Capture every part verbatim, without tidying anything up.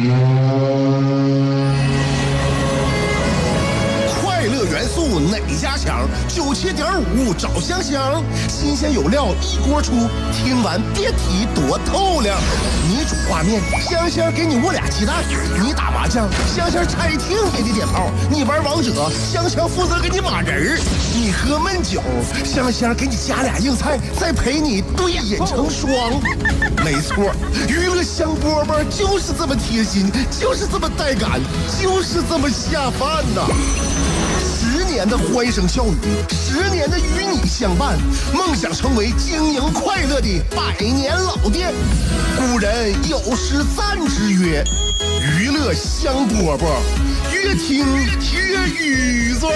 快乐元素哪家强？九七点五找香香，新鲜有料一锅出，听完别提多透亮。你煮画面，香香给你握俩鸡蛋；你打麻将，香香拆听给你点炮；你玩王者，香香负责给你码人；你喝闷酒，香香给你加俩硬菜，再陪你对饮成双。没错，娱乐香饽饽就是这么贴心，就是这么带感，就是这么下饭呐。十年的欢声笑语，十年的与你相伴，梦想成为经营快乐的百年老店。古人有诗赞之曰：娱乐香饽饽，越听越语子。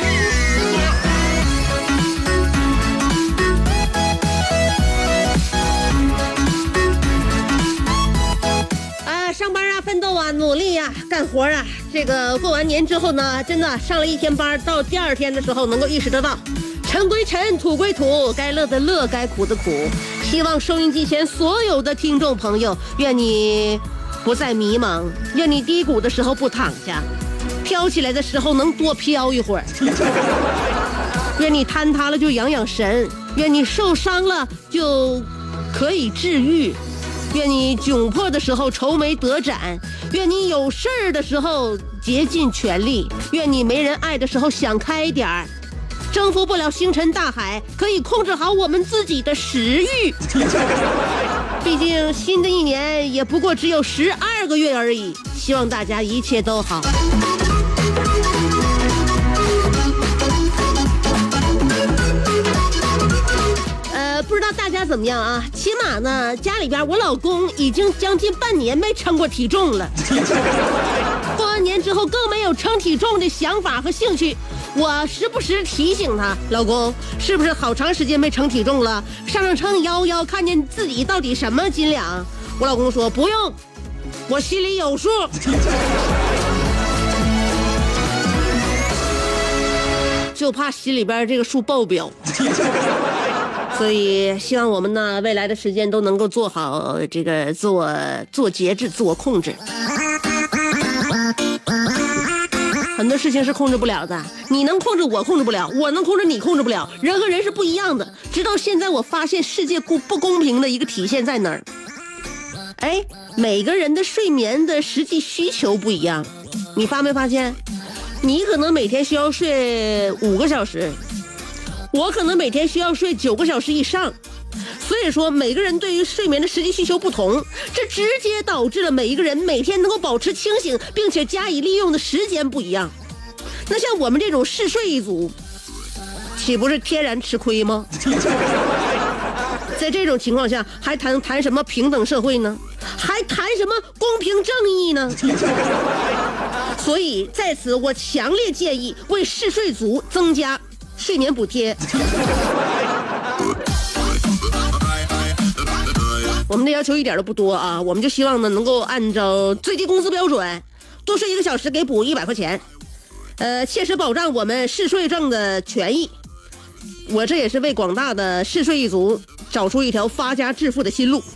上班啊，奋斗啊，努力啊，干活啊。这个过完年之后呢，真的上了一天班，到第二天的时候能够意识得到，尘归尘，土归土，该乐的乐，该苦的苦。希望收音机前所有的听众朋友，愿你不再迷茫，愿你低谷的时候不躺下，飘起来的时候能多飘一会儿。愿你坍塌了就养养神，愿你受伤了就可以治愈。愿你窘迫的时候愁眉得展，愿你有事儿的时候竭尽全力，愿你没人爱的时候想开点儿。征服不了星辰大海，可以控制好我们自己的食欲。毕竟新的一年也不过只有十二个月而已，希望大家一切都好。不知道大家怎么样啊？起码呢，家里边我老公已经将近半年没称过体重了。过完年之后更没有称体重的想法和兴趣。我时不时提醒他，老公是不是好长时间没称体重了？上上称摇摇，看见自己到底什么斤两？我老公说不用，我心里有数。就怕心里边这个数爆表。所以希望我们呢未来的时间都能够做好这个自我做节制、自我控制。很多事情是控制不了的，你能控制我控制不了，我能控制你控制不了。人和人是不一样的。直到现在我发现世界不公平的一个体现在哪儿？哎，每个人的睡眠的实际需求不一样，你发没发现？你可能每天需要睡五个小时，我可能每天需要睡九个小时以上，所以说每个人对于睡眠的实际需求不同，这直接导致了每一个人每天能够保持清醒并且加以利用的时间不一样。那像我们这种嗜睡一族，岂不是天然吃亏吗？在这种情况下还谈谈什么平等社会呢？还谈什么公平正义呢？所以在此我强烈建议为嗜睡族增加睡眠补贴。我们的要求一点都不多啊，我们就希望呢能够按照最低工资标准，多睡一个小时给补一百块钱，呃，切实保障我们嗜睡症的权益。我这也是为广大的嗜睡一族找出一条发家致富的新路。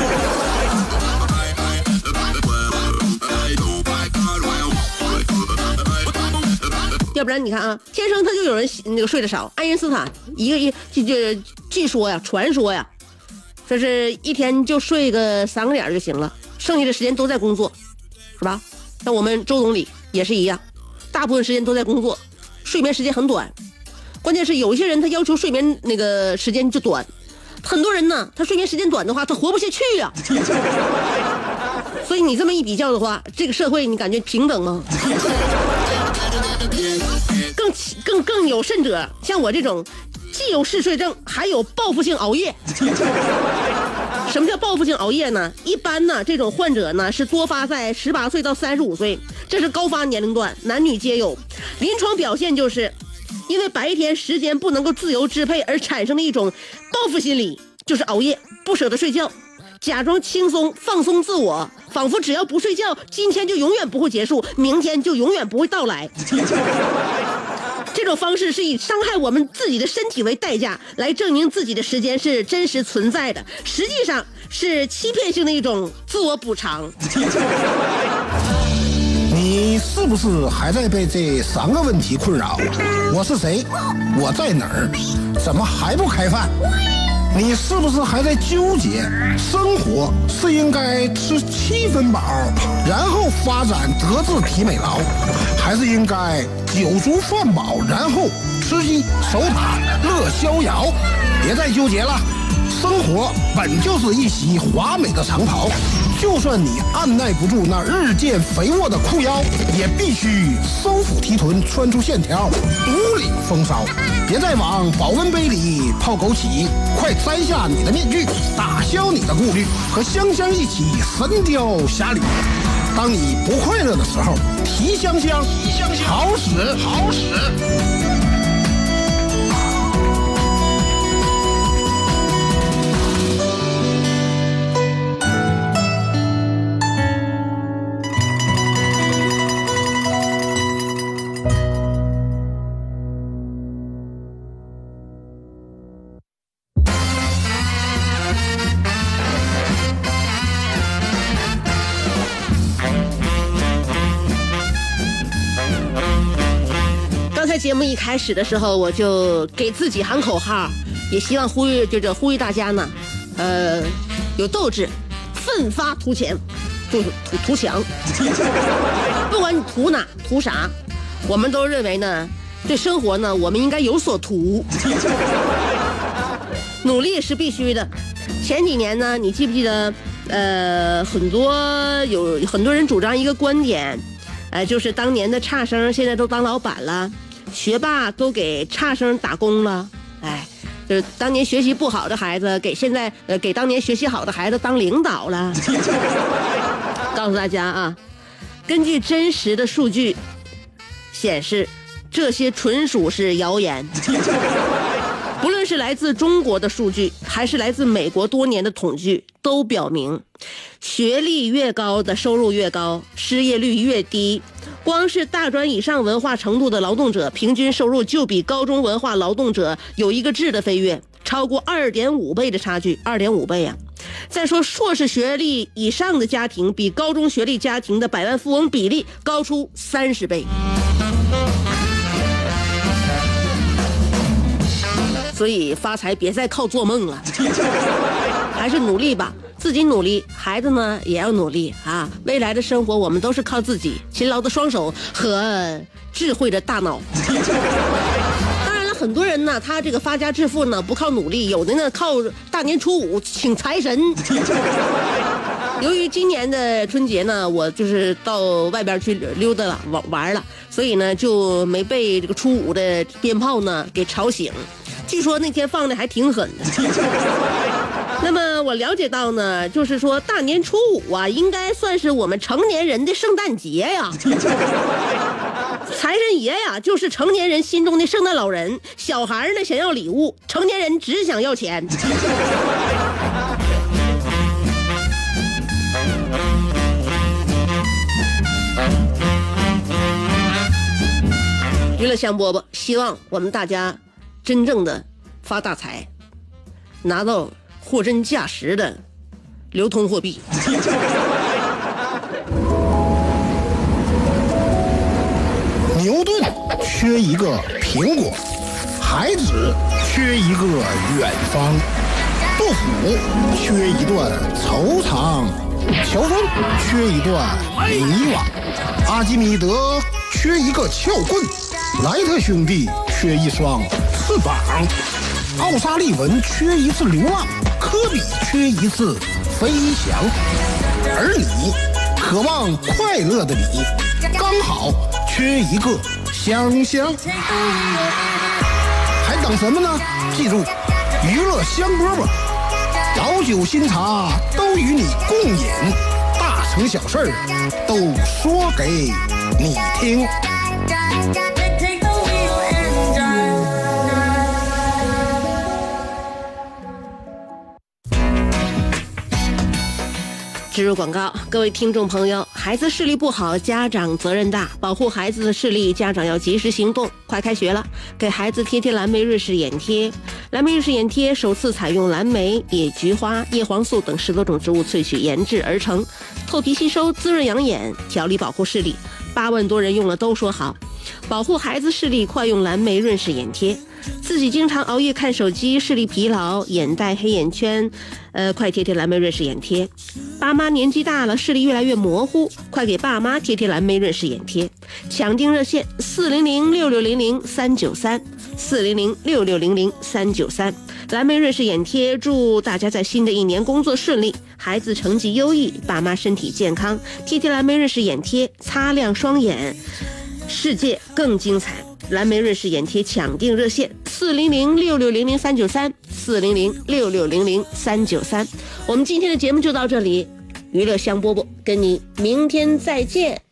要不然你看啊，天生他就有人那个睡得少。爱因斯坦一个一就就据说呀，传说呀，说是一天就睡个三个点就行了，剩下的时间都在工作，是吧？像我们周总理也是一样，大部分时间都在工作，睡眠时间很短。关键是有一些人他要求睡眠那个时间就短，很多人呢他睡眠时间短的话他活不下去呀、啊。所以你这么一比较的话，这个社会你感觉平等吗？更更更有甚者，像我这种既有嗜睡症还有报复性熬夜。什么叫报复性熬夜呢？一般呢这种患者呢是多发在十八岁到三十五岁，这是高发年龄段，男女皆有。临床表现就是因为白天时间不能够自由支配而产生的一种报复心理，就是熬夜，不舍得睡觉，假装轻松放松自我，仿佛只要不睡觉，今天就永远不会结束，明天就永远不会到来。这种方式是以伤害我们自己的身体为代价，来证明自己的时间是真实存在的，实际上是欺骗性的一种自我补偿。 你是不是还在被这三个问题困扰？我是谁？我在哪儿？怎么还不开饭？你是不是还在纠结，生活是应该吃七分饱，然后发展德智体美劳，还是应该酒足饭饱，然后吃鸡守塔乐逍遥？别再纠结了，生活本就是一袭华美的长袍，就算你按耐不住那日渐肥沃的裤腰，也必须收腹提臀，穿出线条，独领风骚。别再往保温杯里泡枸杞，快摘下你的面具，打消你的顾虑，和香香一起神雕侠侣。当你不快乐的时候，提香香，提香香，好使好使。 节目一开始的时候，我就给自己喊口号，也希望呼吁，就这呼吁大家呢，呃，有斗志，奋发图前，图图图强。不管你图哪图啥，我们都认为呢，对生活呢，我们应该有所图。努力是必须的。前几年呢，你记不记得？呃，很多有很多人主张一个观点，呃，就是当年的差生现在都当老板了。学霸都给差生打工了，哎，就是当年学习不好的孩子给现在呃给当年学习好的孩子当领导了。告诉大家啊，根据真实的数据显示，这些纯属是谣言。不论是来自中国的数据，还是来自美国多年的统计，都表明，学历越高的收入越高，失业率越低。光是大专以上文化程度的劳动者，平均收入就比高中文化劳动者有一个质的飞跃，超过二点五倍的差距，二点五倍啊！再说硕士学历以上的家庭，比高中学历家庭的百万富翁比例高出三十倍。所以发财别再靠做梦了，还是努力吧。自己努力，孩子呢也要努力啊！未来的生活我们都是靠自己勤劳的双手和智慧的大脑。当然了，很多人呢，他这个发家致富呢不靠努力，有的呢靠大年初五请财神。由于今年的春节呢，我就是到外边去溜达了玩玩了，所以呢就没被这个初五的鞭炮呢给吵醒。据说那天放的还挺狠的。那么我了解到呢，就是说大年初五啊，应该算是我们成年人的圣诞节呀。财神爷呀，就是成年人心中的圣诞老人，小孩呢想要礼物，成年人只想要钱。娱乐香饽饽，希望我们大家真正的发大财，拿到货真价实的流通货币。 牛顿缺一个苹果，孩子缺一个远方，杜甫缺一段惆怅，乔峰缺一段迷惘，阿基米德缺一个撬棍，莱特兄弟缺一双翅膀，奥沙利文缺一次流浪，科比缺一次飞翔，而你渴望快乐的你，刚好缺一个香香。还等什么呢？记住，娱乐香饽饽，老酒新茶都与你共饮，大成小事都说给你听。 植入广告，各位听众朋友，孩子视力不好，家长责任大，保护孩子的视力，家长要及时行动。快开学了，给孩子贴贴蓝莓瑞士眼贴。蓝莓瑞士眼贴首次采用蓝莓、野菊花、叶黄素等十多种植物萃取研制而成，透皮吸收，滋润养眼，调理保护视力。 八万多人用了都说好。保护孩子视力，快用蓝莓润视眼贴。自己经常熬夜看手机，视力疲劳，眼袋、黑眼圈，呃，快贴贴蓝莓润视眼贴。爸妈年纪大了，视力越来越模糊，快给爸妈贴贴蓝莓润视眼贴。抢订热线四零零六六零零三九三，四零零六六零零三九三。蓝莓润视眼贴，祝大家在新的一年工作顺利，孩子成绩优异，爸妈身体健康。贴贴蓝莓润视眼贴，擦亮双眼，世界更精彩。蓝莓润视眼贴抢订热线四零零六六零零三九三，四零零六六零零三九三。我们今天的节目就到这里，娱乐香饽饽，跟你明天再见。